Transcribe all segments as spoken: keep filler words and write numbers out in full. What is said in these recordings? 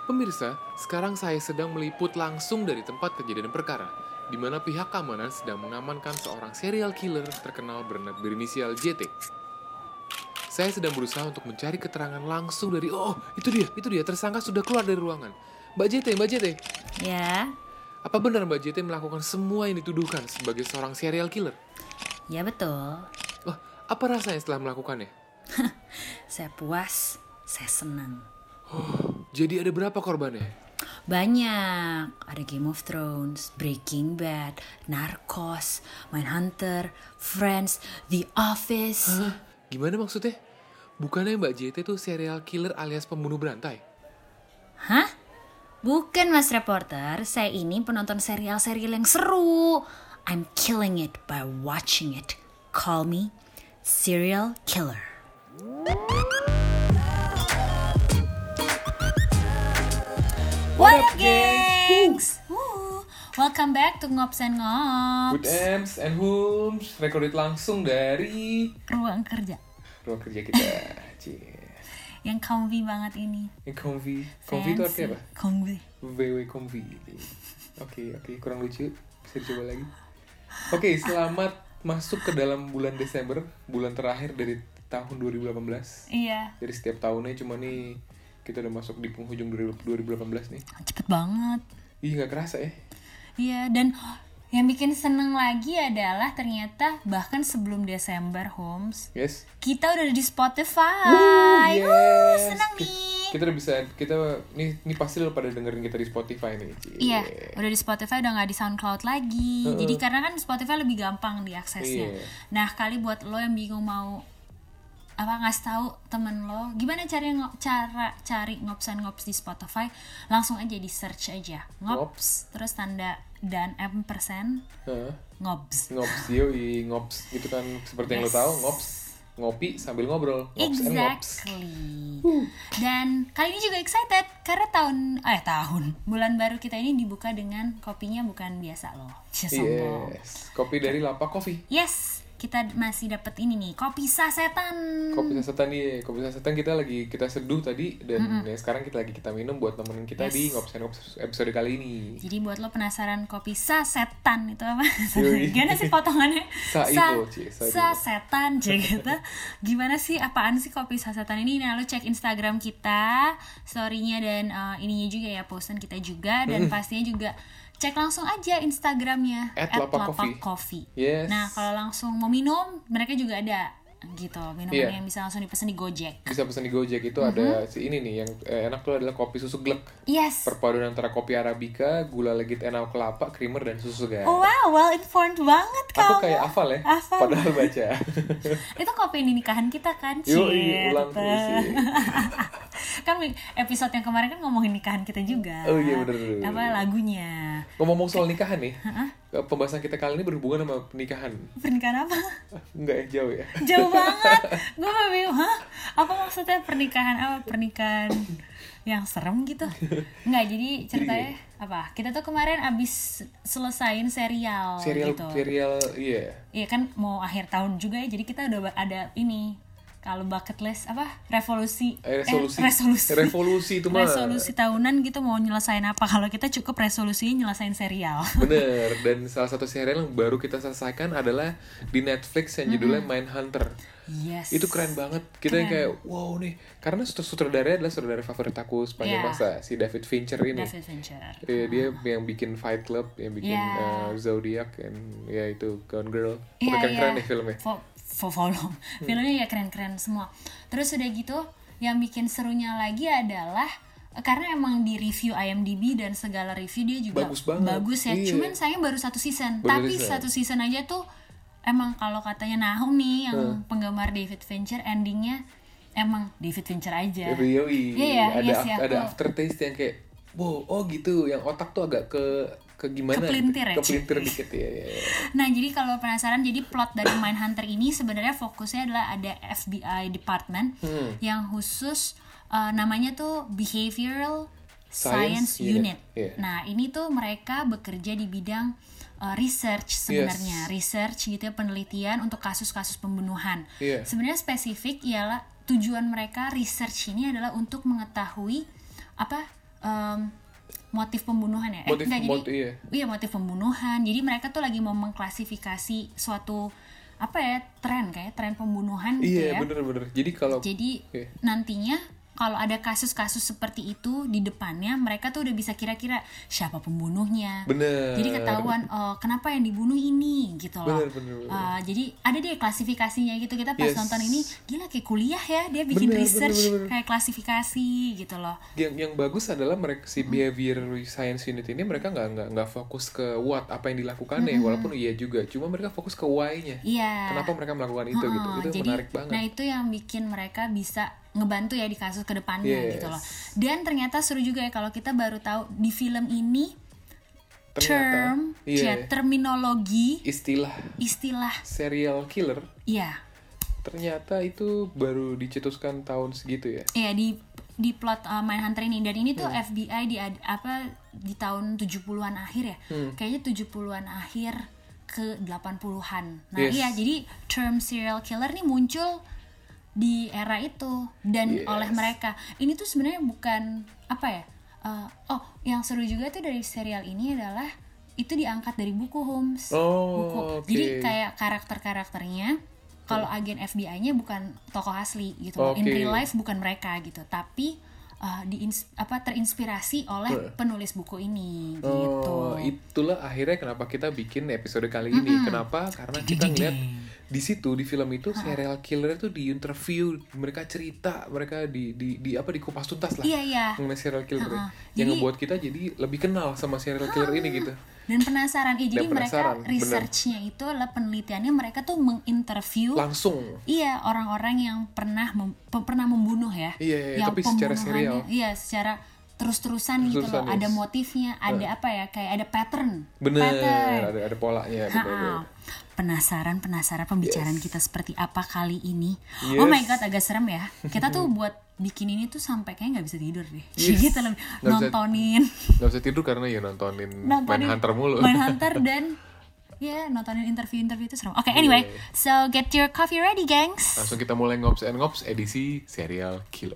Pemirsa, sekarang saya sedang meliput langsung dari tempat kejadian perkara, di mana pihak keamanan sedang mengamankan seorang serial killer terkenal bernama berinisial J T. Saya sedang berusaha untuk mencari keterangan langsung dari, oh itu dia, itu dia, tersangka sudah keluar dari ruangan. Mbak J T, Mbak J T, Ya, apa benar Mbak J T melakukan semua yang dituduhkan sebagai seorang serial killer? ya betul. Wah, apa rasanya setelah melakukannya? Saya puas, saya senang. Jadi ada berapa korbannya? Banyak. Ada Game of Thrones, Breaking Bad, Narcos, Mindhunter, Friends, The Office. Hah? Gimana maksudnya? Bukannya Mbak J T tuh serial killer alias pembunuh berantai? Hah? Bukan Mas Reporter, saya ini penonton serial-serial yang seru. I'm killing it by watching it. Call me serial killer. What up, gengs? Woo. Welcome back to Ngops and Ngops. Good Ems and Hums, recorded langsung dari Ruang kerja ruang kerja kita. Cie. yang comfy banget ini. Yang comfy. Comfy itu artinya apa? Comfy. V W comfy. Oke, oke, kurang lucu. Bisa dicoba lagi. Oke, selamat masuk ke dalam bulan Desember, bulan terakhir dari tahun dua ribu delapan belas. Iya. Jadi setiap tahunnya cuma nih kita udah masuk di penghujung dua ribu delapan belas nih. Cepet banget. Ih, gak kerasa ya. Iya, dan yang bikin seneng lagi adalah ternyata bahkan sebelum Desember, Holmes, Yes. kita udah ada di Spotify. Woo, yes. Wuh, senang Ki- nih. Kita udah bisa, kita nih, nih pasti lo pada dengerin kita di Spotify nih. Cie. Iya, udah di Spotify, udah nggak di SoundCloud lagi. Uh-uh. Jadi karena kan Spotify lebih gampang diaksesnya. Iya. Nah, kali buat lo yang bingung mau apa ngasih tahu temen lo gimana cara ngo- cara cari Ngops and Ngops di Spotify, langsung aja di search aja Ngops, terus tanda dan M persen Heeh. Ngops. Ngops, yoi, ngops gitu kan seperti yang lo Yes. tahu, ngops, ngopi sambil ngobrol, ngops and ngops. Exactly. Dan kali ini juga excited karena tahun eh tahun bulan baru kita ini dibuka dengan kopinya bukan biasa loh. Cie, sombong. Yes, kopi dari Lapak Coffee. Yes, kita masih dapat ini nih, kopi sasetan. Kopi sasetan nih, kopi sasetan kita lagi kita seduh tadi dan ya sekarang kita lagi kita minum buat temenin kita Yes. di ngops and ngops episode kali ini. Jadi buat lo penasaran kopi sasetan itu apa? Yoi. Gimana sih potongannya? Sa itu, Ci, sa itu. sasetan, cek gitu. Gimana sih, apaan sih kopi sasetan ini? Nah, lo cek Instagram kita, story-nya dan uh, ininya juga ya, postan kita juga, dan pastinya juga cek langsung aja Instagramnya At Lapak Coffee. Coffee. Yes. Nah, kalau langsung mau minum, mereka juga ada gitu minuman Iya. yang bisa langsung dipesan di Gojek. Bisa pesan di Gojek itu ada si ini nih yang eh, enak tuh adalah kopi susu glek. Yes. Perpaduan antara kopi arabica, gula legit enak kelapa, creamer dan susu guys. Oh wow, well informed banget Aku kamu. kayak hafal ya, Hafal. padahal baca. Itu kopi di nikahan kita kan, Yoi, Ciet. ulang terus sih. Kan episode yang kemarin kan ngomongin nikahan kita juga. Oh iya, bener-bener. Apa lagunya? Ngomong soal nikahan nih, pembahasan kita kali ini berhubungan sama pernikahan. Pernikahan apa? Enggak ya, jauh ya. Jauh banget. Gue bingung, hah? Apa maksudnya pernikahan apa? Pernikahan yang serem gitu? Enggak, jadi ceritanya apa? Kita tuh kemarin abis selesain serial, Serial, gitu. serial, iya. Iya kan mau akhir tahun juga ya, jadi kita udah ada ini. Kalau bucket list apa revolusi Eh, resolusi. eh, resolusi Revolusi itu mah. resolusi tahunan gitu mau nyelesain apa, kalau kita cukup resolusinya nyelesain serial. Bener, dan salah satu serial yang baru kita selesaikan adalah di Netflix yang judulnya Mindhunter. Yes, Itu keren banget. Kita yang Keren. kayak wow nih, karena sut- sutradaranya adalah sutradara favorit aku sepanjang Iya. masa, si David Fincher ini. David Fincher. Iya, dia yang bikin Fight Club, yang bikin Iya. uh, Zodiac, and ya itu Gone Girl. Iya, Pokoknya keren iya. deh filmnya. Fo- fo- follow. Filmnya ya keren-keren semua. Terus udah gitu, yang bikin serunya lagi adalah karena emang di review I M D B dan segala review dia juga Bagus banget. bagus ya. Iya. Cuman sayang baru satu season. Baru Tapi season. satu season aja tuh emang kalau katanya Nahum nih yang Hmm. penggemar David Fincher, endingnya emang David Fincher aja. Yoi, Iya ya, ada iya af- sih, ada aku- aftertaste yang kayak wow, oh gitu, yang otak tuh agak ke ke gimana? Kepelintir ya, Kepelintir Ci? dikit ya. ya, ya. Nah, jadi kalau penasaran, jadi plot dari Mindhunter ini sebenarnya fokusnya adalah ada F B I department Hmm. yang khusus uh, namanya tuh Behavioral Science Science, Unit. Unit. Iya. Nah, ini tuh mereka bekerja di bidang uh, research sebenarnya, Yes. research gitu ya, penelitian untuk kasus-kasus pembunuhan. Iya. Sebenarnya spesifik ialah tujuan mereka research ini adalah untuk mengetahui apa um, motif pembunuhan ya? Motif, eh, enggak, motif, jadi iya. iya motif pembunuhan. Jadi mereka tuh lagi mau mengklasifikasi suatu apa ya tren kayak tren pembunuhan gitu Iya, ya. bener-bener. Jadi kalau Jadi okay. nantinya kalau ada kasus-kasus seperti itu di depannya, mereka tuh udah bisa kira-kira siapa pembunuhnya. Bener. Jadi ketahuan oh, kenapa yang dibunuh ini gitu loh. Bener, bener, bener. Uh, jadi ada deh klasifikasinya gitu. Kita pas Yes. nonton ini gila kayak kuliah ya, dia bikin Bener, research bener, bener, bener. kayak klasifikasi gitu loh. Yang yang bagus adalah mereka si behavior science unit ini mereka nggak nggak nggak fokus ke what apa yang dilakukan ya, walaupun iya juga. Cuma mereka fokus ke why-nya. Iya. Kenapa mereka melakukan itu Uh-uh. gitu. Itu Jadi, menarik banget. Nah itu yang bikin mereka bisa ngebantu ya di kasus kedepannya Yes. gitu loh. Dan ternyata seru juga ya kalau kita baru tahu di film ini Ternyata, term, iya. ya, terminologi, Istilah istilah, serial killer iya, ternyata itu baru dicetuskan tahun segitu ya. iya di di plot uh, Mindhunter ini. Dan ini tuh F B I di apa di tahun tujuh puluhan akhir ya, Hmm. kayaknya tujuh puluhan akhir ke delapan puluhan. Nah Yes. iya jadi term serial killer nih muncul di era itu dan Yes. oleh mereka. Ini tuh sebenarnya bukan apa ya? Uh, oh, yang seru juga tuh dari serial ini adalah itu diangkat dari buku Holmes. Oh, buku. oke. Jadi kayak karakter-karakternya kalau agen F B I-nya bukan tokoh asli gitu loh. In Oke. real life bukan mereka gitu, tapi uh, diins- apa terinspirasi oleh penulis buku ini gitu. Oh, itulah akhirnya kenapa kita bikin episode kali ini. Kenapa? Karena kita ngeliat di situ di film itu serial killer itu di interview, mereka cerita, mereka di di, di apa dikupas tuntas lah Iya, iya. mengenai serial killer. Ha-ha. Yang Jadi- ngebuat kita jadi lebih kenal sama serial killer ini gitu. Dan penasaran, ya, jadi Dan mereka penasaran, bener. research-nya itu adalah penelitiannya mereka tuh menginterview Langsung. iya orang-orang yang pernah mem- pe- pernah membunuh ya. Iya, iya, yang tapi secara pembunuhannya- serial. Iya, secara terus-terusan gitu Terus-terusan, loh. Ada yes. motifnya, ada apa ya? Kayak ada pattern. Bener, Pattern. ada ada polanya. Ha-ha. bener-bener. Penasaran, penasaran pembicaraan Yes. kita seperti apa kali ini. Yes. Oh my god, agak serem ya. Kita tuh buat bikin ini tuh sampai kayak nggak bisa tidur deh. Yes. Gitu loh, Nggak bisa- nontonin, Nggak bisa tidur karena ya nontonin, nontonin Mindhunter mulu. Mindhunter dan ya nontonin interview-interview itu serem. Oke, anyway, Yeah. so get your coffee ready, gengs. Langsung kita mulai Ngops and Ngops edisi serial killer.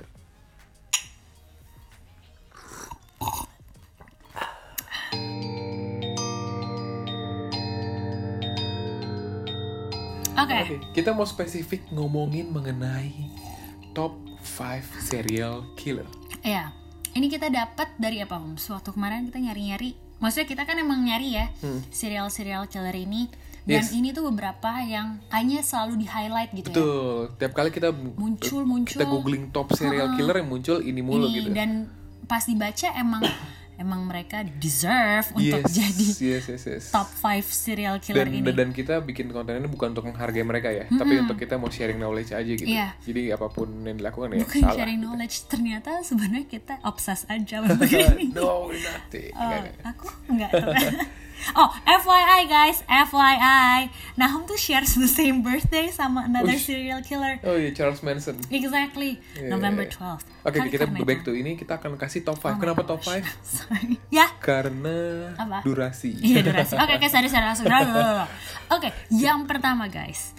Oke. Oke, kita mau spesifik ngomongin mengenai top lima serial killer. Ya, ini kita dapat dari apa, Om? Waktu kemarin kita nyari-nyari. Maksudnya kita kan emang nyari ya serial-serial killer ini. Dan Yes. ini tuh beberapa yang kayaknya selalu di-highlight gitu ya. Betul, tiap kali kita Muncul, muncul. kita googling top serial killer yang muncul ini mulu Ini, gitu. dan pas dibaca emang emang mereka deserve untuk yes, jadi yes, yes, yes. top lima serial killer dan, ini. dan kita bikin konten ini bukan untuk menghargai mereka ya, tapi untuk kita mau sharing knowledge aja gitu. Iya. Jadi apapun yang dilakukan ya Bukan salah. sharing gitu. knowledge, ternyata sebenarnya kita obses aja begini. No, nothing. Oh, aku enggak tahu. Oh, F Y I guys, F Y I. Nahum tuh shares the same birthday sama another Uish. serial killer. Oh iya, Charles Manson. Exactly, Yeah. November twelfth. Oke, Kali kita karena back itu. to ini, kita akan kasih top Oh lima. my Kenapa gosh. top lima? Sorry. Ya, Karena Apa? durasi. iya durasi. Oke, oke, sorry, sorry, langsung. Oke, yang pertama guys,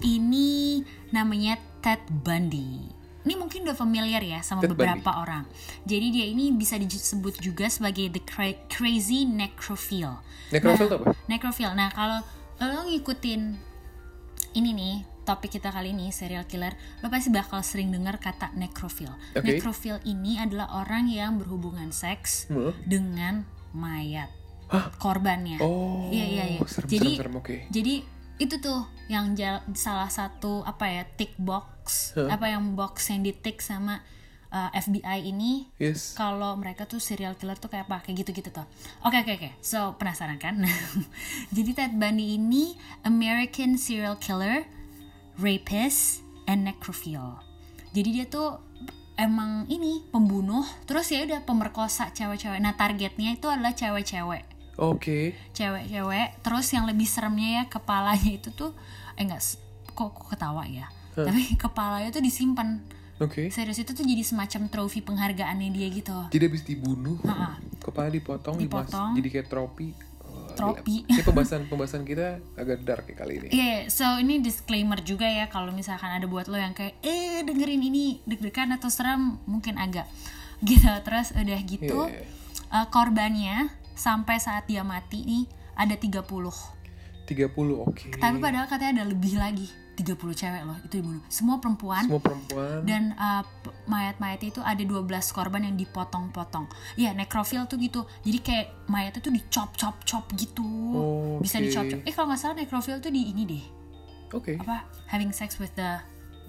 ini namanya Ted Bundy. Ini mungkin udah familiar ya sama Ted beberapa orang. Jadi dia ini bisa disebut juga sebagai the cra- crazy necrophile. Necrophile nah, itu apa? Necrophile. Nah, kalau lo ngikutin ini nih topik kita kali ini serial killer, lo pasti bakal sering dengar kata necrophile. Oke. Necrophile ini adalah orang yang berhubungan seks Hmm. dengan mayat korbannya. Oh, Iya iya iya. serem, Jadi serem, serem, oke. jadi itu tuh yang jal- salah satu apa ya tick box, Huh? apa yang box yang ditik sama uh, F B I ini. Yes. Kalau mereka tuh serial killer tuh kayak apa, kayak gitu-gitu tuh. Oke oke oke. So penasaran kan? Jadi Ted Bundy ini American serial killer, rapist, and necrophile. Jadi dia tuh emang ini pembunuh, terus ya udah pemerkosa cewek-cewek. Nah targetnya itu adalah cewek-cewek. Oke. Cewek-cewek. Terus yang lebih seremnya ya kepalanya itu tuh eh enggak kok, kok ketawa ya. Huh? Tapi kepalanya tuh disimpan. Oke. Serius itu tuh jadi semacam trofi penghargaannya dia gitu. Jadi habis dibunuh, Ha-ha. kepala dipotong, Dipotong. dimas- jadi kayak tropi. Oh, Tropi. gila. Ini pembahasan pembahasan kita agak dark ya kali ini. Iya, yeah, so ini disclaimer juga ya kalau misalkan ada buat lo yang kayak eh dengerin ini deg-degan atau seram, mungkin agak gitu. Terus udah gitu Yeah. uh, korbannya sampai saat dia mati nih ada tiga puluh. tiga puluh, oke. Okay. Tapi padahal katanya ada lebih lagi, tiga puluh cewek loh itu dibunuh. Semua perempuan. Semua perempuan. Dan uh, mayat-mayat itu ada dua belas korban yang dipotong-potong. Iya, necrophile tuh gitu. Jadi kayak mayatnya tuh dicop-cop-cop gitu. Oh, Bisa okay. dicop-cop. Eh kalau nggak salah necrophile tuh di ini deh. Oke. Okay. Apa? Having sex with the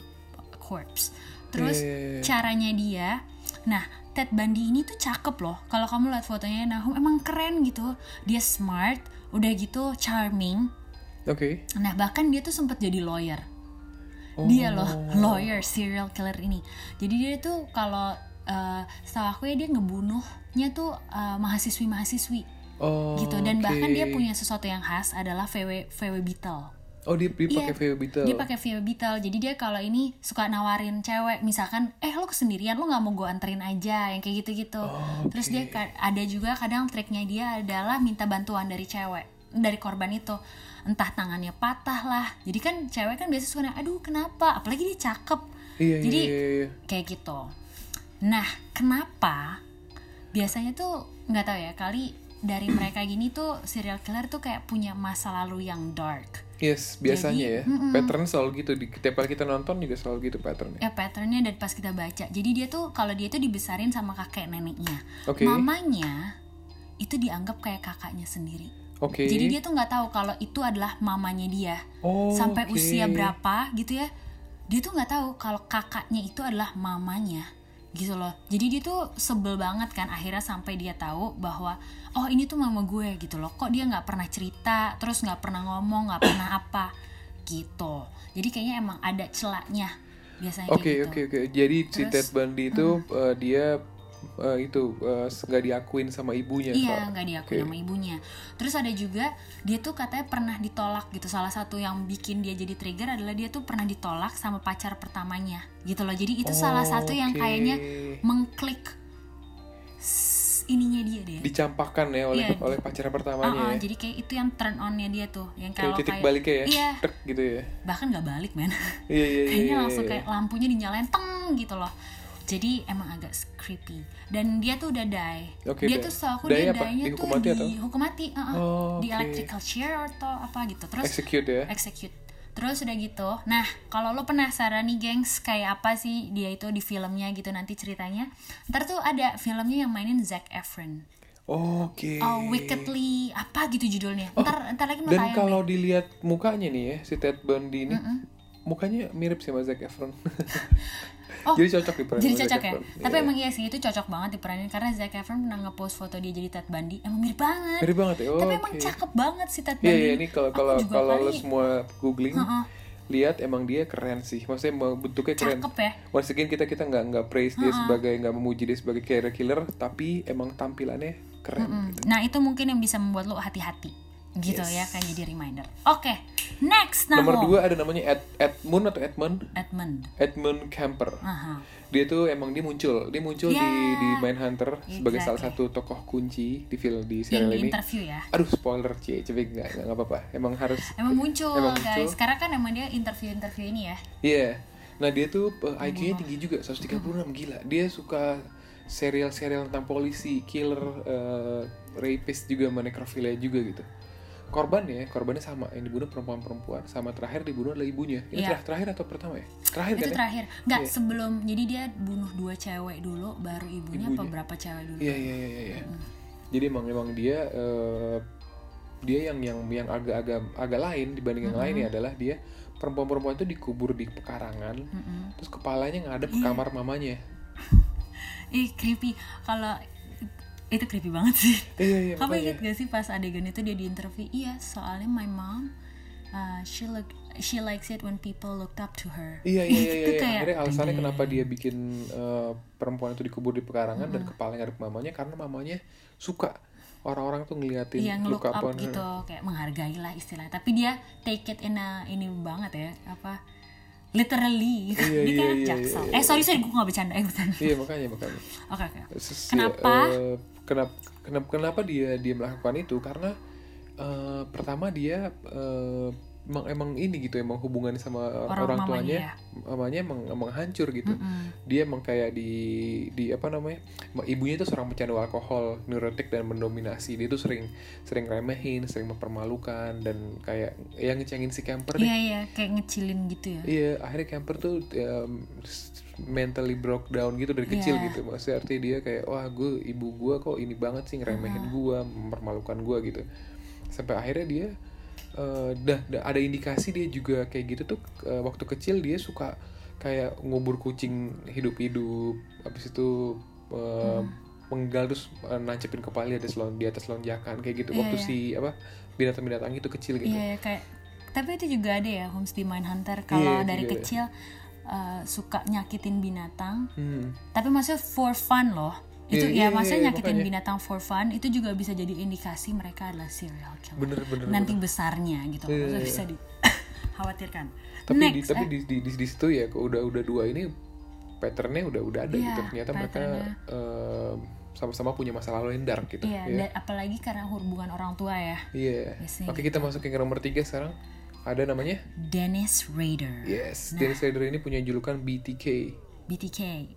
corpse. Terus yeah. caranya dia, nah Ted Bundy ini tuh cakep loh. Kalau kamu lihat fotonya Nahum emang keren gitu. Dia smart, udah gitu charming. Oke. Okay. Nah bahkan dia tuh sempat jadi lawyer. Oh. Dia loh lawyer serial killer ini. Jadi dia tuh kalau uh, setahu aku ya dia ngebunuhnya tuh uh, mahasiswi-mahasiswi oh, gitu. Dan okay. bahkan dia punya sesuatu yang khas adalah V W V W Beetle. Oh dia, dia Iya, pakai V W Beetle. Dia pakai V W Beetle. Jadi dia kalau ini suka nawarin cewek, misalkan, eh lo kesendirian, lo nggak mau gue anterin aja, yang kayak gitu-gitu. Oh, Terus okay. dia ada juga kadang triknya dia adalah minta bantuan dari cewek, dari korban itu, entah tangannya patah lah. Jadi kan cewek kan biasa suka, aduh kenapa? Apalagi dia cakep. Iya, Jadi iya, iya, iya. kayak gitu. Nah kenapa? Biasanya tuh nggak tahu ya, kali dari mereka gini tuh serial killer tuh kayak punya masa lalu yang dark. Yes, biasanya. Jadi, ya mm-mm. pattern selalu gitu. Di setiap kali kita nonton juga selalu gitu patternnya. Ya patternnya dan pas kita baca. Jadi dia tuh kalau dia tuh dibesarin sama kakek neneknya. Okay. Mamanya itu dianggap kayak kakaknya sendiri. Oke. Okay. Jadi dia tuh nggak tahu kalau itu adalah mamanya dia. Oh, sampai okay. usia berapa gitu ya. Dia tuh nggak tahu kalau kakaknya itu adalah mamanya. Gitu loh. Jadi dia tuh sebel banget kan akhirnya sampai dia tahu bahwa oh ini tuh mama gue gitu loh. Kok dia nggak pernah cerita, terus nggak pernah ngomong, nggak pernah apa gitu. Jadi kayaknya emang ada celaknya biasanya. Oke kayak oke gitu. oke. Jadi Terus, si Ted Bundy itu hmm. uh, dia uh, itu nggak uh, diakuin sama ibunya. Iya nggak diakuin okay. sama ibunya. Terus ada juga dia tuh katanya pernah ditolak gitu. Salah satu yang bikin dia jadi trigger adalah dia tuh pernah ditolak sama pacar pertamanya gitu loh. Jadi itu oh, salah satu yang okay. kayaknya mengklik ininya dia deh. Dicampakkan ya oleh yeah. oleh pacar pertamanya. Uh-uh, ya. Jadi kayak itu yang turn on-nya dia tuh, yang kalau kayak titik kayak, baliknya ya, iya, tek gitu ya. Bahkan nggak balik men. Iya iya. Kayaknya iya, langsung iya. kayak lampunya dinyalain teng gitu loh. Jadi emang agak creepy. Dan dia tuh udah die. Okay, dia die. tuh setahu aku Die dia apa? die-nya Dihukum tuh mati di atau? hukum mati, uh-uh. oh, di okay. electrical chair atau apa gitu. Terus execute ya. Execute. Terus udah gitu. Nah, kalau lo penasaran nih gengs, kayak apa sih dia itu di filmnya gitu nanti ceritanya. Ntar tuh ada filmnya yang mainin Zac Efron. Oh, Oke. Okay. Oh, Wickedly apa gitu judulnya. Oh, Ntar ntar lagi mau dan tayang. kalau deh. dilihat mukanya nih ya si Ted Bundy ini, Mm-mm. mukanya mirip sama Zac Efron. Oh, jadi cocok diperanin. Jadi cocok Zac ya. Efron. Tapi yeah. emang iya sih itu cocok banget diperanin karena Zac Efron pernah nge-post foto dia jadi Ted Bundy. Emang mirip banget. Mirip banget ya. Oh, Tapi okay. emang cakep banget si Ted Iya Bundy. yeah, yeah, ini kalau kalau kalau lo semua googling, uh-uh. lihat emang dia keren sih. Maksudnya bentuknya keren. Cakep ya. Once again kita kita nggak nggak praise uh-uh. dia sebagai nggak memuji dia sebagai serial killer, tapi emang tampilannya keren. Mm-mm. Gitu. Nah itu mungkin yang bisa membuat lo hati-hati gitu yes. ya, kan jadi reminder. Oke, okay. Next. Nah, nomor dua ada namanya Ed, Edmund atau Edmund Edmund Edmund Kemper. uh-huh. Dia tuh emang dia muncul dia muncul yeah. di di Mindhunter exactly. sebagai salah satu tokoh kunci di film di serial yang ini. di interview ya. Aduh spoiler cie cepet nggak nggak apa-apa emang harus emang muncul emang guys muncul. Sekarang kan emang dia interview-interview ini ya. Iya yeah. Nah dia tuh uh, I Q-nya tinggi juga seratus tiga puluh enam gila. Dia suka serial-serial tentang polisi, killer, uh, rapist juga, necrophilia juga gitu. Korbannya, korbannya sama, yang dibunuh perempuan-perempuan, sama terakhir dibunuh adalah ibunya. Ini yeah. terakhir, terakhir atau pertama ya? Terakhir itu kan terakhir. Enggak, yeah. sebelum, jadi dia bunuh dua cewek dulu, baru ibunya, ibunya. apa berapa cewek dulu? Iya, iya, iya, iya. Mm. Jadi emang emang dia uh, dia yang yang yang agak-agak agak lain dibanding yang mm-hmm. lain ya adalah dia perempuan-perempuan itu dikubur di pekarangan, mm-hmm. terus kepalanya ngadep ke yeah. kamar mamanya. Ih, creepy. Kalau itu creepy banget sih. Iya, iya, kamu ingat gak sih pas adegan itu dia di interview? Iya, soalnya my mom, uh, she look, she likes it when people looked up to her. Iya, iya, iya. Itu iya. kayak, akhirnya alasannya kenapa dia bikin uh, perempuan itu dikubur di pekarangan mm-hmm. dan kepalanya ngadep mamanya karena mamanya suka orang-orang tuh ngeliatin iya, look up upon gitu, her. kayak menghargai lah istilahnya. Tapi dia take it in a, ini banget ya, apa? Literally, iya, dia kayak iya, jaksel. Iya, iya, eh sorry sorry, gue nggak bercanda, eh bercanda. Iya makanya makanya. Oke oke. Ses- Kenapa? Uh, kenapa? Kenapa? Kenapa dia dia melakukan itu? Karena uh, pertama dia uh, emang emang ini gitu, emang hubungan sama orang, orang tuanya ya? mamanya emang emang hancur gitu. Mm-mm. Dia emang kayak di di apa namanya, ibunya itu seorang pecandu alkohol, neurotik dan mendominasi. Dia tuh sering sering remehin, sering mempermalukan dan kayak yang ngecengin si Camper. Iya iya, kayak ngecilin gitu ya. Iya, akhirnya Camper tuh um, mentally broke down gitu dari kecil yeah. gitu. Maksudnya artinya dia kayak, wah gue ibu gue kok ini banget sih ngeremehin uh. gue, mempermalukan gue gitu. Sampai akhirnya dia Uh, dah, dah ada indikasi dia juga kayak gitu tuh. Uh, waktu kecil dia suka kayak ngubur kucing hidup-hidup, habis itu uh, hmm. menggal terus uh, nancepin kepala di atas lon di atas lonjakan kayak gitu. Yeah, waktu yeah. si apa binatang-binatang itu kecil gitu. Iya yeah, yeah, kayak tapi itu juga ada ya Homes di Mindhunter kalau yeah, dari juga, kecil uh, suka nyakitin binatang, hmm. tapi maksudnya for fun loh. Itu yeah, ya yeah, maksudnya yeah, nyakitin makanya. Binatang for fun itu juga bisa jadi indikasi mereka adalah serial killer. Bener, bener, nanti bener. besarnya gitu, yeah, maksudnya yeah. bisa dikhawatirkan. Tapi Next, di, tapi eh? di, di, di, di situ ya udah udah dua ini patternnya udah udah ada yeah, gitu. Ternyata mereka uh, sama-sama punya masa lalu yang dark gitu. Iya, yeah, yeah. apalagi karena hubungan orang tua ya. Iya. Yeah. Oke gitu. Kita masuk ke nomor tiga sekarang. Ada namanya Dennis Rader. Yes, nah. Dennis Rader ini punya julukan B T K. B T K.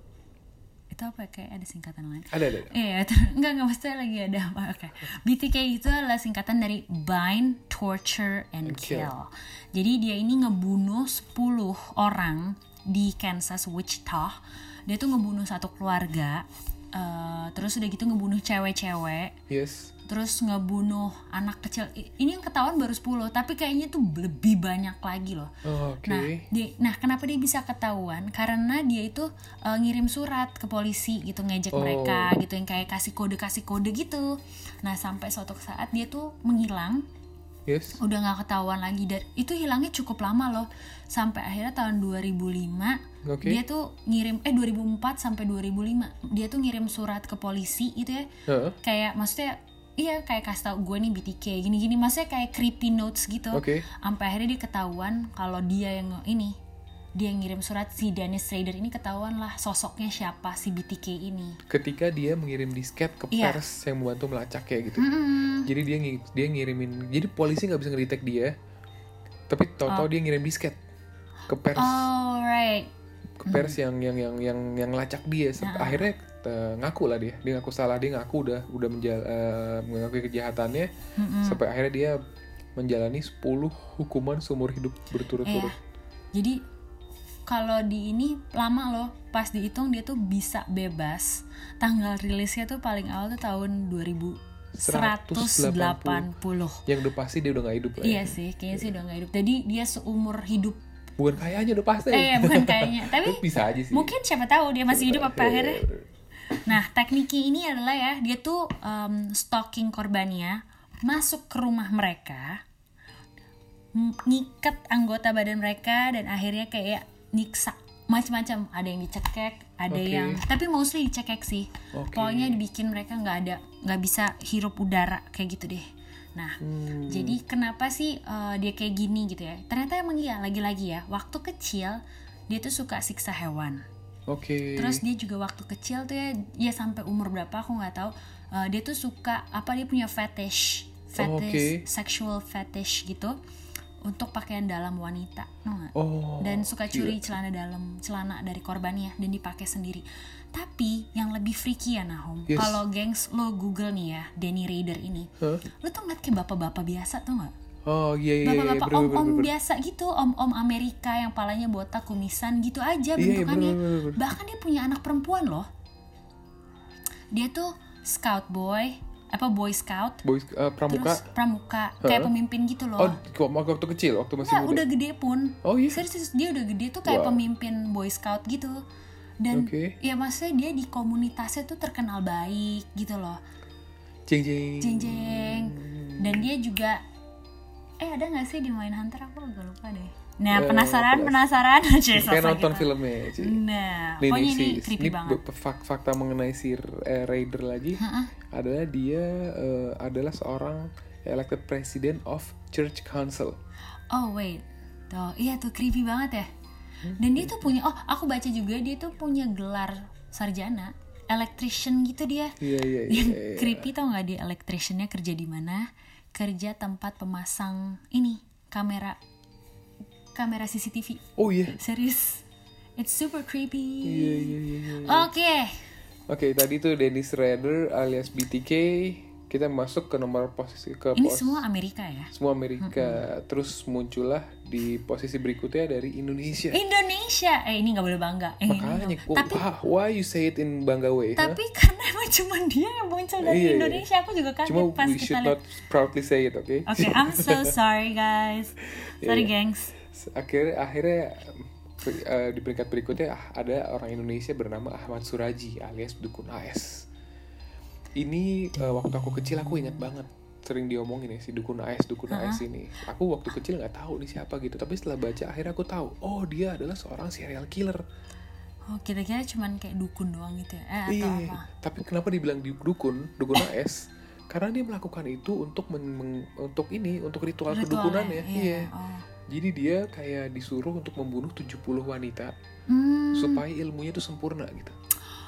Itu apa kayak ada singkatan lain? Ada ada. Iya, enggak enggak maksudnya lagi ada apa? Oke. Okay. B T K itu adalah singkatan dari Bind, Torture, and, and kill. kill. Jadi dia ini ngebunuh sepuluh orang di Kansas, Wichita. Dia tuh ngebunuh satu keluarga. Uh, terus udah gitu ngebunuh cewek-cewek. Yes. Terus ngebunuh anak kecil. Ini yang ketahuan baru sepuluh, tapi kayaknya tuh lebih banyak lagi loh. Oh, okay. Nah, dia, nah kenapa dia bisa ketahuan? Karena dia itu uh, ngirim surat ke polisi gitu, ngejek oh. mereka gitu, yang kayak kasih kode-kasih kode gitu. Nah, sampai suatu saat dia tuh menghilang. Yes. Udah gak ketahuan lagi. Dan itu hilangnya cukup lama loh. Sampai akhirnya tahun dua ribu lima okay. dia tuh ngirim eh dua ribu empat sampai dua ribu lima dia tuh ngirim surat ke polisi gitu ya. Uh-huh. Kayak maksudnya iya kayak kasih tau gue nih B T K gini-gini, maksudnya kayak creepy notes gitu. Okay. Sampai akhirnya dia ketahuan kalau dia yang ini, dia yang ngirim surat, si Dennis Rader ini ketahuan lah sosoknya siapa si B T K ini. Ketika dia mengirim disket ke yeah. pers yang membantu melacak kayak gitu. Mm-hmm. Jadi dia dia ngirimin, jadi polisi nggak bisa ngedetek dia, tapi tahu-tahu oh. dia ngirim disket ke pers. Oh right. Ke pers mm. yang yang yang yang yang ngelacak dia. Nah. Akhirnya Uh, ngaku lah dia, dia ngaku salah, dia ngaku udah udah menjal, uh, mengakui kejahatannya, mm-hmm. sampai akhirnya dia menjalani sepuluh hukuman seumur hidup berturut-turut. Eh, jadi kalau di ini lama loh, pas dihitung dia tuh bisa bebas. Tanggal rilisnya tuh paling awal tuh tahun dua ribu seratus delapan puluh. Yang udah pasti dia udah gak hidup lah. Iya ya. sih, kayaknya sih udah gak hidup. Jadi dia seumur hidup. Bukan kayaknya udah pasti. Eh bukan kayaknya, tapi bisa aja sih. Mungkin siapa tahu dia masih hidup apa akhirnya. Nah, tekniki ini adalah ya, dia tuh um, stalking korbannya, masuk ke rumah mereka, ngikat anggota badan mereka, dan akhirnya kayak nyiksa macam-macam. Ada yang dicekek, ada okay. yang, tapi mostly dicekek sih. Okay. Pokoknya dibikin mereka nggak ada, nggak bisa hirup udara kayak gitu deh. Nah, hmm. jadi kenapa sih uh, dia kayak gini gitu ya? Ternyata emang iya, lagi-lagi ya, waktu kecil dia tuh suka siksa hewan. Oke. Okay. Terus dia juga waktu kecil tuh ya, ya sampai umur berapa aku nggak tahu. Uh, dia tuh suka apa dia punya fetish, fetish, oh, okay. sexual fetish gitu untuk pakaian dalam wanita, no nggak? Oh. Dan suka curi gila. celana dalam, celana dari korbannya dan dipakai sendiri. Tapi yang lebih freaky ya Nahom, yes. kalau gengs lo Google nih ya, Denny Rader ini, huh? lo tuh ngeliat kayak bapak-bapak biasa tuh nggak? Oh iya iya. Bapak-bapak iya, om-om biasa gitu, om-om Amerika yang palanya botak, kumisan gitu aja bentukannya. Iya, bener, bener, bener. Bahkan dia punya anak perempuan loh. Dia tuh scout boy, apa boy scout? Boy uh, pramuka. Terus pramuka, huh? Kayak pemimpin gitu loh. Oh, waktu kecil, waktu masih Nggak, muda. udah gede pun. Oh iya. Serius dia udah gede tuh kayak wow. pemimpin boy scout gitu. Dan okay. ya maksudnya dia di komunitasnya tuh terkenal baik gitu loh. Jeng jeng. Jeng jeng. Dan dia juga Eh ada gak sih di Mindhunter? Aku agak lupa deh. Nah uh, penasaran penasaran kayak nonton gitu. Filmnya sih. Nah ini, pokoknya ini, ini creepy ini banget. Fakta mengenai si uh, Rader lagi uh-uh. adalah dia uh, adalah seorang elected president of Church Council. Oh wait, tuh iya tuh creepy banget ya. Dan dia tuh punya, oh aku baca juga dia tuh punya gelar sarjana electrician gitu dia. Iya iya. Yang iya, iya. creepy tau nggak dia electriciannya kerja di mana? Kerja tempat pemasang ini kamera kamera C C T V. Oh iya. Serius. It's super creepy. Iya iya iya. iya. Oke. Oke, tadi tuh Dennis Rader alias B T K. Kita masuk ke nomor posisi ke Ini pos, semua Amerika ya? semua Amerika. Mm-hmm. Terus muncullah di posisi berikutnya dari Indonesia. Indonesia, eh ini nggak boleh bangga. Eh, Makanya, ini oh, tapi why you say it in bangga way? Tapi huh? karena emang cuma dia yang muncul dari iya, Indonesia, aku juga kaget Cuma pas we kita should lihat. not proudly say it, oke? Okay? Oke, okay, I'm so sorry guys. Sorry yeah. gengs. Akhirnya, akhirnya uh, di peringkat berikutnya ada orang Indonesia bernama Ahmad Suraji alias Dukun A S. Ini uh, waktu aku kecil aku ingat banget sering diomongin ya si Dukun A S, Dukun uh-huh. A S ini. Aku waktu kecil nggak tahu nih siapa gitu, tapi setelah baca akhirnya aku tahu, oh dia adalah seorang serial killer. Oh kira-kira cuman kayak dukun doang gitu ya? Eh, atau iya, apa? tapi kenapa dibilang dukun, Dukun A S? Karena dia melakukan itu untuk men- men- untuk ini, untuk ritual, ritual kedukunan ya. Iya. iya. Oh. Jadi dia kayak disuruh untuk membunuh tujuh puluh wanita hmm. supaya ilmunya itu sempurna gitu.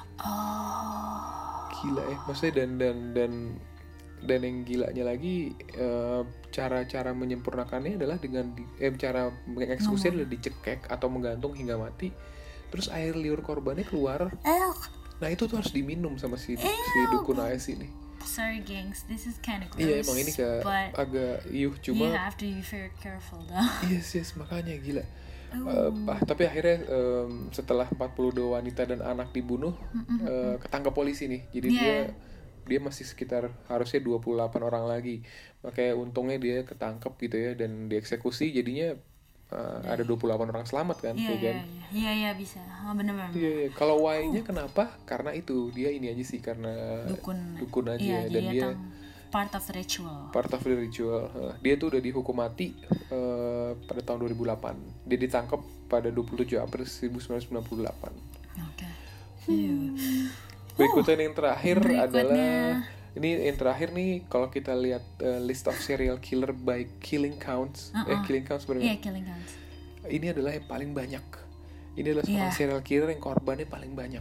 Oh. Gila ya, maksudnya dan dan dan dan yang gilanya lagi uh, cara-cara menyempurnakannya adalah dengan di, eh, cara mengeksekusi adalah dicekek atau menggantung hingga mati. Terus air liur korbannya keluar. Ew. Nah itu tuh harus diminum sama si si Dukun A S ini. Sorry gengs, this is kind of gross. Iya emang ini kayak agak iuh cuma. You have to be very careful though. Yes yes makanya gila. Uh, ah, tapi akhirnya um, setelah empat puluh dua wanita dan anak dibunuh, mm-hmm. uh, ketangkap polisi nih. Jadi yeah. dia dia masih sekitar harusnya dua puluh delapan orang lagi. Makanya untungnya dia ketangkap gitu ya dan dieksekusi jadinya uh, yeah. ada dua puluh delapan orang selamat kan, Iya ya kan? Iya iya bisa. Oh, benar-benar. Iya, iya. Kalau why-nya oh. kenapa? Karena itu dia ini aja sih karena dukun, dukun aja iya, dan dia part of the ritual. Part of the ritual. Uh, dia tuh udah dihukum mati uh, pada tahun dua ribu delapan. Dia ditangkap pada dua puluh tujuh April seribu sembilan ratus sembilan puluh delapan. Oke. Okay. Hmm. Berikutnya uh, yang terakhir berikutnya. adalah ini yang terakhir nih kalau kita lihat uh, list of serial killer by killing counts. Uh-uh. Eh killing counts berapa? Iya, yeah, killing counts. Ini adalah yang paling banyak. Ini adalah seorang yeah. serial killer yang korbannya paling banyak.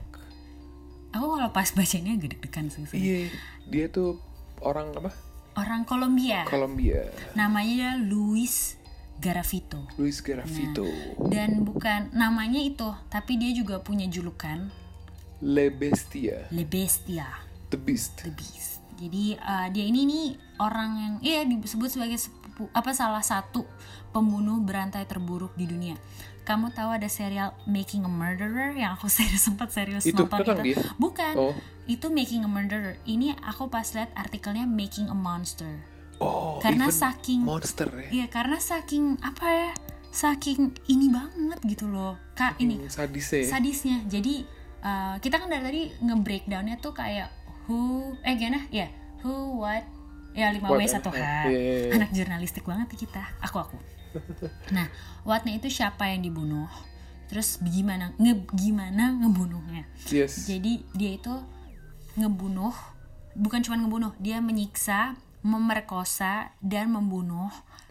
Aku kalau pas bacanya agak deg-degan sih. Iya, dia tuh orang apa? Orang Kolombia. Kolombia. Namanya Luis Garavito. Luis Garavito. Nah, dan bukan namanya itu, tapi dia juga punya julukan Le Bestia. Le Bestia. The Beast. The Beast. Jadi uh, dia ini nih orang yang iya disebut sebagai sepupu, apa salah satu pembunuh berantai terburuk di dunia. Kamu tahu ada serial Making a Murderer yang aku serius sempat serius itu, nonton itu? Dia? Bukan. Oh. Itu Making a Murderer. Ini aku pas lihat artikelnya Making a Monster. Oh, karena saking monster ya. Iya, karena saking apa ya? Saking ini banget gitu loh. Kak ini sadisnya. Sadisnya. Jadi uh, kita kan dari tadi nge-breakdown-nya tuh kayak who eh gimana? Ya, yeah. who what ya lima W satu H. Yeah, yeah, yeah. Anak jurnalistik banget kita. Aku aku. Nah, what-nya itu siapa yang dibunuh? Terus gimana nge gimana ngebunuhnya? Yes. Jadi dia itu ngebunuh, bukan cuma ngebunuh, dia menyiksa, memerkosa dan membunuh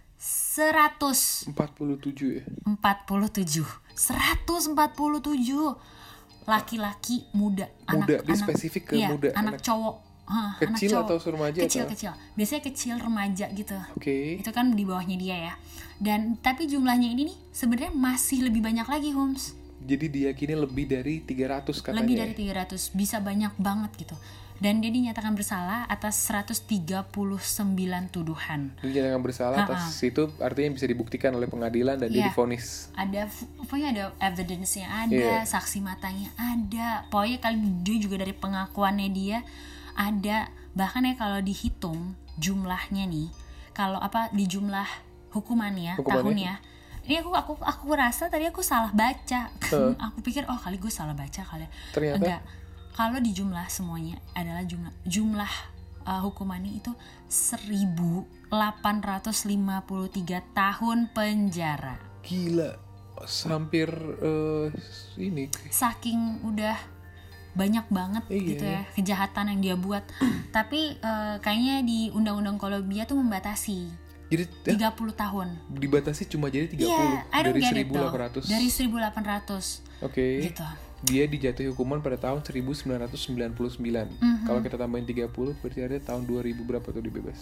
seratus empat puluh tujuh ya. empat puluh tujuh. seratus empat puluh tujuh laki-laki muda, muda, anak dia anak spesifik ke iya, muda, anak, anak cowok. Hah, kecil anak atau remaja kecil atau? kecil biasanya kecil remaja gitu. Oke. Okay. Itu kan di bawahnya dia ya. Dan tapi jumlahnya ini nih sebenarnya masih lebih banyak lagi, Holmes. Jadi diyakini lebih dari tiga ratus katanya. Lebih dari tiga ratus, bisa banyak banget gitu. Dan dia dinyatakan bersalah atas seratus tiga puluh sembilan tuduhan. Dinyatakan bersalah Ha-ha. atas itu artinya bisa dibuktikan oleh pengadilan dan yeah. dia divonis. Ada pokoknya ada evidence-nya ada, yeah. saksi matanya ada. Pokoknya kali dia juga dari pengakuannya dia ada. Bahkan ya kalau dihitung jumlahnya nih, kalau apa di jumlah hukumannya, hukumannya? tahunnya, ini aku aku aku rasa tadi aku salah baca. Uh. Aku pikir oh kali gue salah baca kali. Ternyata enggak. Kalau di jumlah semuanya adalah jumlah jumlah uh, hukumannya itu seribu delapan ratus lima puluh tiga tahun penjara. Gila, hampir uh, ini. Saking udah banyak banget iya. gitu ya kejahatan yang dia buat. Tapi uh, kayaknya di undang-undang Kolombia tuh membatasi. Jadi tiga puluh tahun. Dibatasi cuma jadi tiga puluh yeah, dari seribu delapan ratus. Dari seribu delapan ratus. Oke. Okay. Gitu. Dia dijatuhi hukuman pada tahun seribu sembilan ratus sembilan puluh sembilan. Mm-hmm. Kalau kita tambahin tiga puluh berarti ada tahun dua ribu berapa tuh dibebas?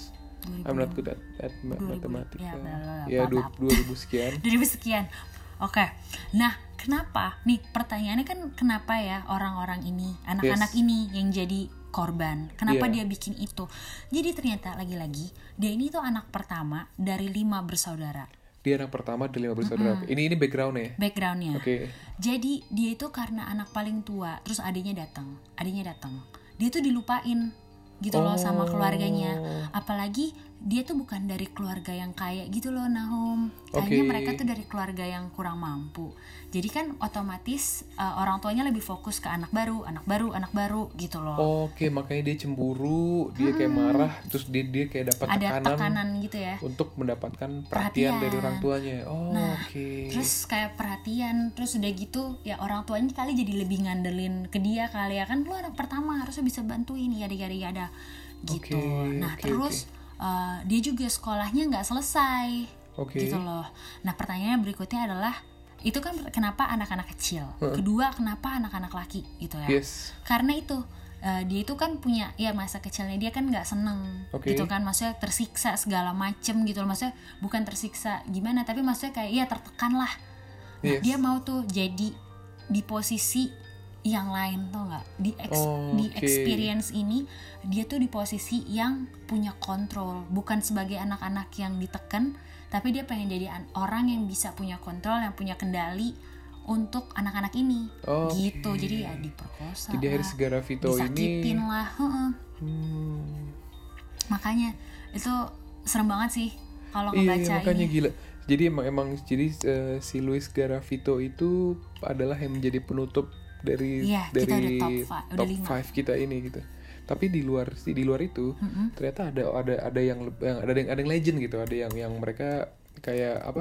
I'm not good at, at ma- dua ribu, matematika. ya, bla, bla, bla, Ya, bla, bla. dua ribu sekian. dua ribu sekian. Oke. Nah, kenapa? Nih pertanyaannya kan kenapa ya orang-orang ini, anak-anak Yes. ini yang jadi korban? Kenapa Iya. dia bikin itu? Jadi ternyata lagi-lagi dia ini tuh anak pertama dari lima bersaudara. Dia anak pertama dari lima bersaudara. Ini ini backgroundnya. Backgroundnya. Oke. Jadi dia itu karena anak paling tua, terus adiknya datang, adiknya datang. Dia tuh dilupain gitu loh sama keluarganya. Apalagi dia tuh bukan dari keluarga yang kaya gitu loh, Nahum. Kayaknya Oke. mereka tuh dari keluarga yang kurang mampu. Jadi kan otomatis uh, orang tuanya lebih fokus ke anak baru, anak baru, anak baru gitu loh. Oke, makanya dia cemburu, dia kayak marah, terus dia dia kayak dapat Ada tekanan, tekanan gitu ya. untuk mendapatkan perhatian, Perhatian. dari orang tuanya. Oh, Nah, oke. Terus kayak perhatian, terus udah gitu ya orang tuanya kali jadi lebih ngandelin ke dia kali ya, kan lu anak pertama harusnya bisa bantuin ya ada ada gitu. Oke, Nah oke, terus uh, dia juga sekolahnya nggak selesai Oke. gitu loh. Nah pertanyaannya berikutnya adalah itu kan kenapa anak-anak kecil, kedua kenapa anak-anak laki gitu ya? Yes. Karena itu uh, dia itu kan punya ya masa kecilnya dia kan nggak seneng Oke. gitu kan, maksudnya tersiksa segala macem gitu loh, maksudnya bukan tersiksa gimana tapi maksudnya kayak ya tertekan lah. Nah, Yes. dia mau tuh jadi di posisi yang lain tau nggak, di ex- Oh, di oke. experience ini dia tuh di posisi yang punya kontrol, bukan sebagai anak-anak yang ditekan, tapi dia pengen jadi an- orang yang bisa punya kontrol, yang punya kendali untuk anak-anak ini. Oke. Gitu. Jadi ya diperkosa Jadi lah, Haris Garavito disakitin ini lah, heeh. hmm, Makanya itu serem banget sih kalau iya, ngebaca makanya ini. gila. Jadi emang emang jadi eh, si Luis Garavito itu adalah yang menjadi penutup dari Iya, kita dari udah top five, udah top lima. five kita ini gitu. Tapi di luar sih di luar itu ternyata ada ada ada yang leb- yang- ada yang ada yang legend gitu, ada yang yang mereka kayak apa?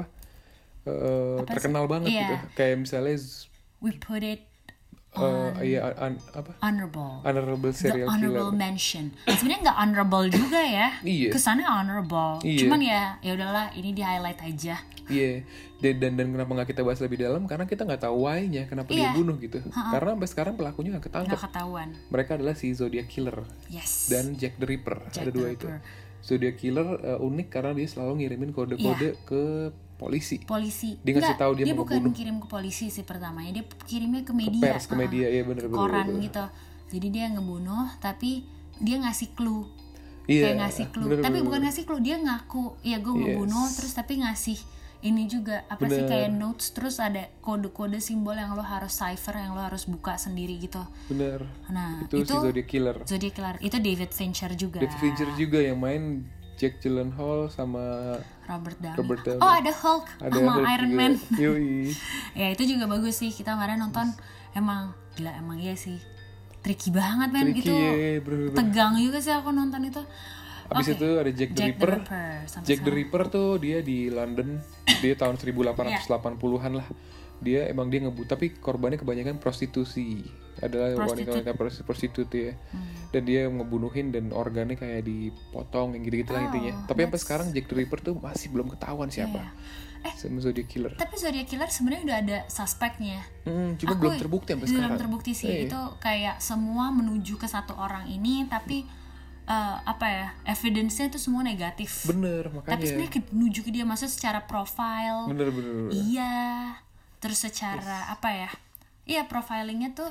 eh, Apa sih? terkenal banget Iya. gitu. Kayak misalnya z- We put it eh, iya an- apa? honorable. Honorable The serial honorable killer. mention. Sebenarnya nggak honorable juga ya. Iya. Kesannya honorable. Iya. Cuman ya ya udahlah ini di highlight aja. Iya, dan, dan dan kenapa nggak kita bahas lebih dalam? Karena kita nggak tahu why-nya, kenapa dia Iya. bunuh gitu. Karena sampai sekarang pelakunya nggak ketangkep. Nggak ketahuan. Mereka adalah si Zodiac Killer Yes. dan Jack the Ripper. Jack Ada the dua itu. Ripper. Zodiac Killer uh, unik karena dia selalu ngirimin kode-kode ke polisi. Polisi. Dia ngasih Nggak, tahu dia dia mau bukan ngebunuh. kirim ke polisi sih pertamanya, dia kirimnya ke media. pers, ke uh-uh. media, iya bener, Ke bener, koran bener, bener. gitu. Jadi dia ngebunuh tapi dia ngasih clue. Iya, Kayak ngasih clue. bener, Tapi bener, bukan bener. ngasih clue, dia ngaku ya gue ngebunuh Yes. terus tapi ngasih ini juga apa sih Bener. kayak notes, terus ada kode-kode simbol yang lo harus cipher, yang lo harus buka sendiri gitu. Bener. Nah, Itu, itu, si Zodiac Killer. Zodiac Killer. Itu David Fincher juga. David Fincher juga yang main Jack Gyllenhaal sama Robert Downey. Robert Downey. Oh, ada Hulk ada sama Hulk Iron juga. Man. Yoi. Ya, itu juga bagus sih. Kita kemarin nonton emang gila, emang iya sih. Tricky banget men Tricky, itu. ya, ya, bener-bener. Tegang juga sih aku nonton itu. Abis Oke. itu ada Jack the Jack Ripper. sampai Jack the sekarang. Ripper tuh dia di London, dia tahun seribu delapan ratus delapan puluhan lah. Dia emang dia ngebut, tapi korbannya kebanyakan prostitusi. Adalah Prostitut. wanita-wanita pros- prostitut ya. Dan dia ngebunuhin dan organnya kayak dipotong yang gitu-gitu lah Oh, intinya. Tapi sampai that's- sekarang Jack the Ripper tuh masih belum ketahuan siapa. Iya. Eh, Sama Zodiac Killer. Tapi Zodiac Killer sebenarnya udah ada suspeknya. Hmm, cuma Aku belum terbukti sampai belum sekarang. terbukti sih. Eh, Itu kayak semua menuju ke satu orang ini, tapi eh, apa ya, evidence-nya tuh semua negatif. Bener, makanya. Tapi sebenarnya ke- menuju ke dia, maksudnya secara profile. Bener, bener, bener. Iya. Terus secara apa ya? Iya, profilingnya tuh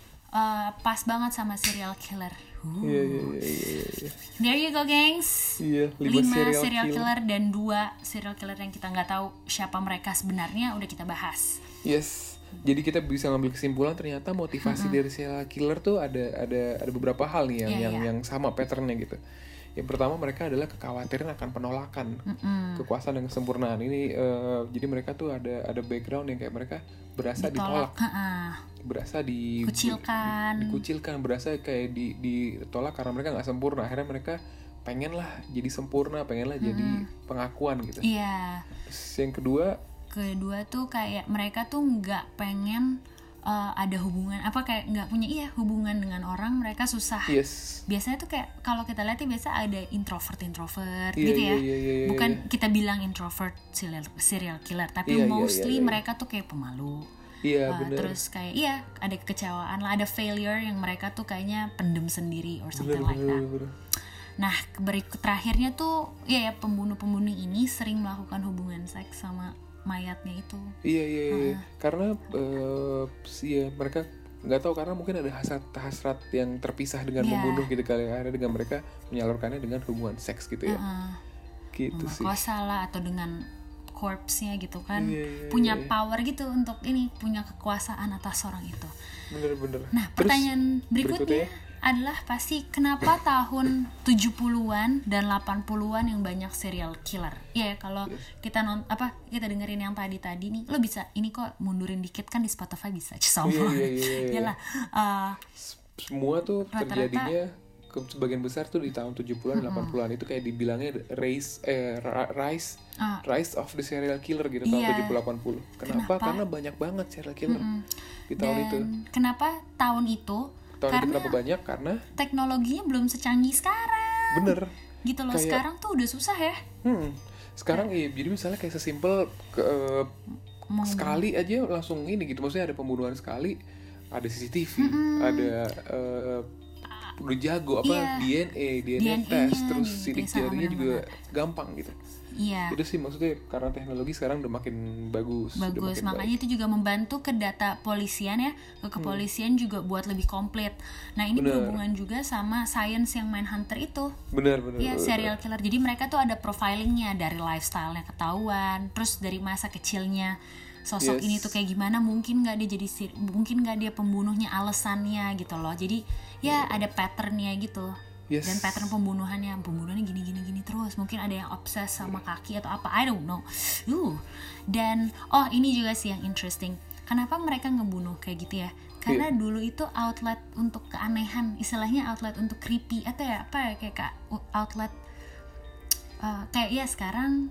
eh, pas banget sama serial killer. Uh. Iya, iya, iya, iya, iya. There you go, gengs. Iya, lima Lima serial serial, killer. killer dan dua serial killer yang kita nggak tahu siapa mereka sebenarnya udah kita bahas. Yes. Jadi kita bisa ngambil kesimpulan ternyata motivasi dari serial killer tuh ada ada ada beberapa hal nih yang Iya, yang iya. yang sama patternnya gitu. Yang pertama mereka adalah kekhawatiran akan penolakan, kekuasaan dan kesempurnaan. Ini eh, jadi mereka tuh ada ada background yang kayak mereka berasa ditolak, Ha-ha. berasa di Kucilkan. di- dikucilkan, berasa kayak di ditolak karena mereka nggak sempurna. Akhirnya mereka pengen lah jadi sempurna, pengen lah jadi pengakuan gitu. Iya. Terus yang kedua Kedua tuh kayak mereka tuh nggak pengen eh, ada hubungan, apa kayak nggak punya iya hubungan dengan orang, mereka susah. yes. Biasanya tuh kayak kalau kita lihat tuh biasa ada introvert introvert Iya, gitu ya. iya, iya, iya, Bukan iya. kita bilang introvert serial, serial killer, tapi Iya, iya, mostly iya, iya. mereka tuh kayak pemalu. Iya Uh, benar. terus kayak iya ada kekecewaan lah, ada failure yang mereka tuh kayaknya pendem sendiri or something Bener, like bener, that. bener. Nah, berikut terakhirnya tuh ya, ya pembunuh-pembunuh ini sering melakukan hubungan seks sama mayatnya itu. Iya iya iya. Uh. Karena uh, ya mereka nggak tahu, karena mungkin ada hasrat-hasrat yang terpisah dengan yeah. membunuh gitu kali. Ada dengan mereka menyalurkannya dengan hubungan seks gitu ya. Uh-uh. Gitu sih. Merkosa lah atau dengan corpse-nya gitu kan. Yeah, yeah, punya yeah. power gitu untuk ini, punya kekuasaan atas orang itu. Bener-bener. Nah, pertanyaan Terus, berikutnya, berikutnya adalah pasti kenapa tahun tujuh puluhan dan delapan puluhan yang banyak serial killer. Iya ya, kalau yes. kita non apa kita dengerin yang tadi-tadi nih, lo bisa ini kok mundurin dikit kan di Spotify bisa. Sombong. Iya iya iya. Iyalah. Uh, semua tuh rata-rata, terjadinya ke sebagian besar tuh di tahun tujuh puluhan uh-uh. delapan puluhan itu kayak dibilangnya rise eh rise uh, rise of the serial killer gitu tahun yeah. tujuh puluh delapan puluh. Kenapa? Kenapa? Karena banyak banget serial killer uh-uh. di tahun dan itu. Kenapa tahun itu? Tahun karena itu kenapa banyak? Karena teknologinya belum secanggih sekarang. Bener. Gitu loh, kayak, sekarang tuh udah susah ya. Hmm. Sekarang iya, jadi misalnya kayak sesimpel ke, uh, sekali aja langsung ini gitu. Maksudnya ada pembunuhan sekali, ada C C T V, mm-hmm. ada uh, udah jago apa yeah. D N A, D N A test, terus sidik jarinya juga gampang gitu. Iya. Itu sih maksudnya karena teknologi sekarang udah makin bagus. Bagus, makin makanya baik. Itu juga membantu ke data polisian ya, ke kepolisian hmm. juga buat lebih komplit. Nah ini bener. Berhubungan juga sama science yang Mindhunter itu. Benar, benar. Iya, serial killer. Jadi mereka tuh ada profilingnya dari lifestyle-nya ketahuan, terus dari masa kecilnya sosok yes. ini tuh kayak gimana, mungkin nggak dia jadi mungkin nggak dia pembunuhnya, alasannya gitu loh. Jadi ya yeah. ada patternnya gitu. Yes. Dan pattern pembunuhannya, pembunuhannya gini-gini gini terus. Mungkin ada yang obses sama kaki atau apa, I don't know. Uh. Dan oh ini juga sih yang interesting. Kenapa mereka ngebunuh kayak gitu ya? Karena yeah. dulu itu outlet untuk keanehan, istilahnya outlet untuk creepy atau ya apa ya kayak outlet uh, kayak ya sekarang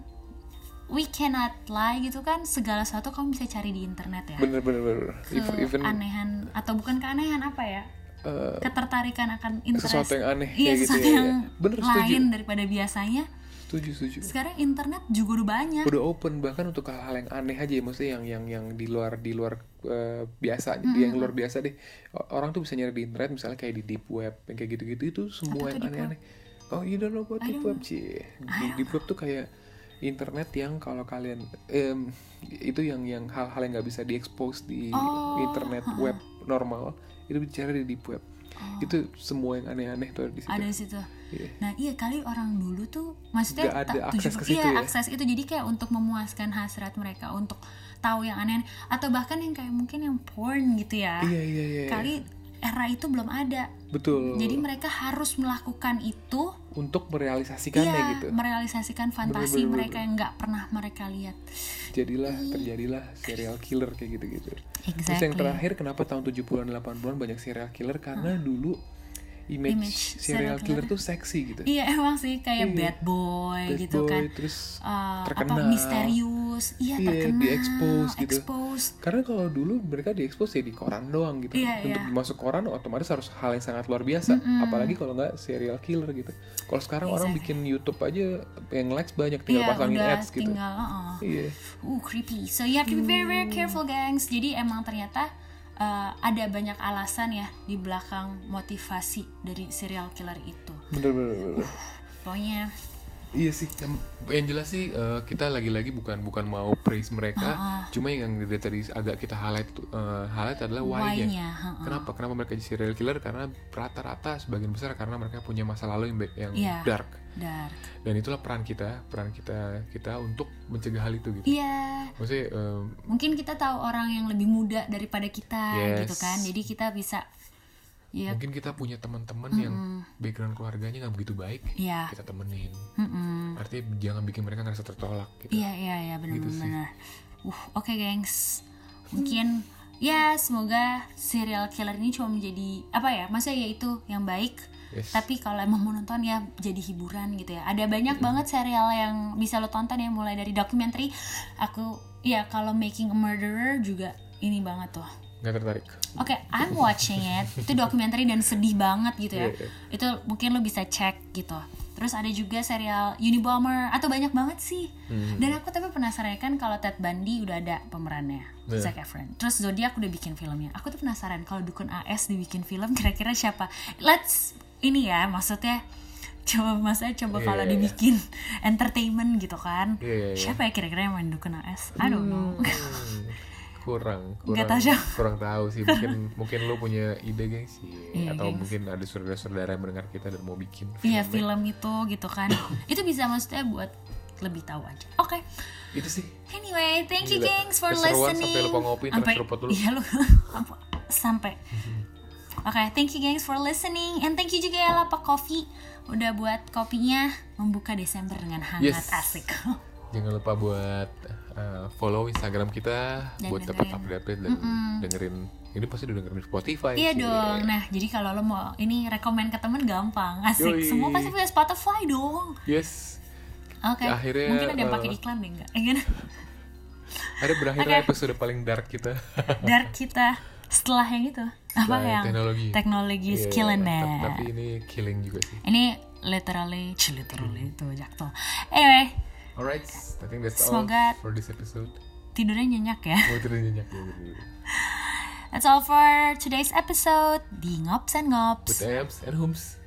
we cannot lie gitu kan, segala sesuatu kamu bisa cari di internet ya. Bener bener bener. Keanehan atau bukan keanehan apa ya? Uh, ketertarikan akan interest sesuatu yang aneh iya, ya sesuatu gitu ya, yang ya. Bener, lain setuju. Daripada biasanya. Setuju setuju. Sekarang internet juga udah banyak. Udah open bahkan untuk hal-hal yang aneh aja, maksudnya yang yang yang di luar di luar uh, biasa, mm-hmm. yang luar biasa deh. Orang tuh bisa nyari di internet misalnya kayak di deep web yang kayak gitu-gitu itu semua yang aneh-aneh. Web? Oh you don't know about deep web sih. Di deep web tuh kayak internet yang kalau kalian um, itu yang yang hal-hal yang nggak bisa diekspos di oh, internet huh. web normal itu bicara di deep web. Oh. Itu semua yang aneh-aneh tuh ada di situ. Ada di situ. Yeah. Nah, iya kali orang dulu tuh maksudnya gak ada ta- akses tujuh, ke situ iya, ya. akses itu jadi kayak untuk memuaskan hasrat mereka untuk tahu yang aneh atau bahkan yang kayak mungkin yang porn gitu ya. Iya, iya, iya. Kali era itu belum ada. Betul. Jadi mereka harus melakukan itu untuk merealisasikannya iya, gitu. merealisasikan fantasi bener, bener, mereka bener. Yang nggak pernah mereka lihat. Jadilah terjadilah serial killer kayak gitu-gitu. Exactly. Terus yang terakhir kenapa tahun tujuh puluhan delapan puluhan banyak serial killer karena huh. dulu image, image serial killer, killer tuh seksi gitu. Iya emang sih kayak iya. bad boy bad gitu boy, kan. Terus uh, terkenal. Apa misterius. Iya, iya terkenal. Di-expose gitu. Expose. Karena kalau dulu mereka di-expose ya di koran doang gitu. Iya, Untuk iya. masuk koran otomatis harus hal yang sangat luar biasa. Mm-mm. Apalagi kalau nggak serial killer gitu. Kalau sekarang exactly. orang bikin YouTube aja yang likes banyak tinggal yeah, pasangin udah ads gitu. Tinggal, uh-uh. Iya. Uh creepy. So you have to be very very careful gengs. Jadi emang ternyata Uh, ada banyak alasan ya di belakang motivasi dari serial killer itu. Bener-bener. Uh, pokoknya. Iya sih. Yang, yang jelas sih uh, kita lagi-lagi bukan bukan mau praise mereka, uh-uh. cuma yang dari tadi agak kita highlight uh, highlight adalah why-nya. Why-nya uh-uh. Kenapa? Kenapa mereka jadi serial killer? Karena rata-rata sebagian besar karena mereka punya masa lalu yang yang yeah. dark. Dark. Dan itulah peran kita, peran kita kita untuk mencegah hal itu gitu. Iya. Yeah. Maksudnya um, mungkin kita tahu orang yang lebih muda daripada kita yes. gitu kan. Jadi kita bisa ya, mungkin kita punya teman-teman mm-mm. yang background keluarganya nggak begitu baik, yeah. kita temenin. Mm-mm. Artinya jangan bikin mereka ngerasa tertolak. Gitu. Iya iya iya benar-benar. Gitu uh oke okay, gengs, mungkin ya semoga serial killer ini cuma menjadi apa ya, maksudnya ya itu yang baik. Yes. Tapi kalau emang mau nonton ya jadi hiburan gitu ya. Ada banyak mm-hmm. banget serial yang bisa lo tonton ya, mulai dari dokumenter. Aku ya kalau Making a Murderer juga ini banget tuh. Gak tertarik. Oke, okay, I'm watching it. Itu dokumenter dan sedih banget gitu ya. Yeah, yeah. Itu mungkin lo bisa cek gitu. Terus ada juga serial Unabomber atau banyak banget sih. Hmm. Dan aku tapi penasaran kan kalau Ted Bundy udah ada pemerannya, yeah. Zac Efron. Terus Zodiac udah bikin filmnya. Aku tuh penasaran kalau Dukun A S dibikin film kira-kira siapa? Let's ini ya maksudnya Coba maksudnya coba Iya, kalau iya, iya. dibikin entertainment gitu kan. Iya, iya, iya. Siapa ya kira-kira yang main Dukun A S? I don't know. Hmm, kurang kurang Nggak tahu siapa. kurang tahu sih, mungkin mungkin lu punya ide gengs sih, Iya, atau gengs. mungkin ada saudara-saudara yang mendengar kita dan mau bikin Iya, filmnya. film itu gitu kan. Itu bisa maksudnya buat lebih tahu aja. Oke. Itu sih. Anyway, thank you Gila. gengs for Keseruan listening. sampai lupa ngopi, ntar seruput dulu. Iya lu. Apa- sampai. Oke, thank you gengs for listening, and thank you juga ya Lapak Coffee udah buat kopinya membuka Desember dengan hangat. Yes. Asik. Jangan lupa buat uh, follow Instagram kita Dan buat dapat dengerin. update dan dengerin. Ini pasti udah dengerin di Spotify. Iya sih. dong. Nah, jadi kalau lo mau ini rekomen ke temen gampang, asik. Yoi. Semua pasti punya Spotify dong. Yes. Oke. Akhirnya, Mungkin ada yang pakai uh, iklan deh enggak? Enggak. Ada berakhirnya Oke. episode paling dark kita. Dark kita setelah yang itu apa Setelah yang teknologi. teknologi Iya, skilling tapi, deh. tapi ini killing juga sih. Ini literally, cie, literally itu jakto. Anyway, Alright, I think that's Semoga- all for this episode. tidurnya nyenyak ya. Mau tidur nyenyak ya. With That's all for today's episode di Ngops and Ngops. Amps and Hums.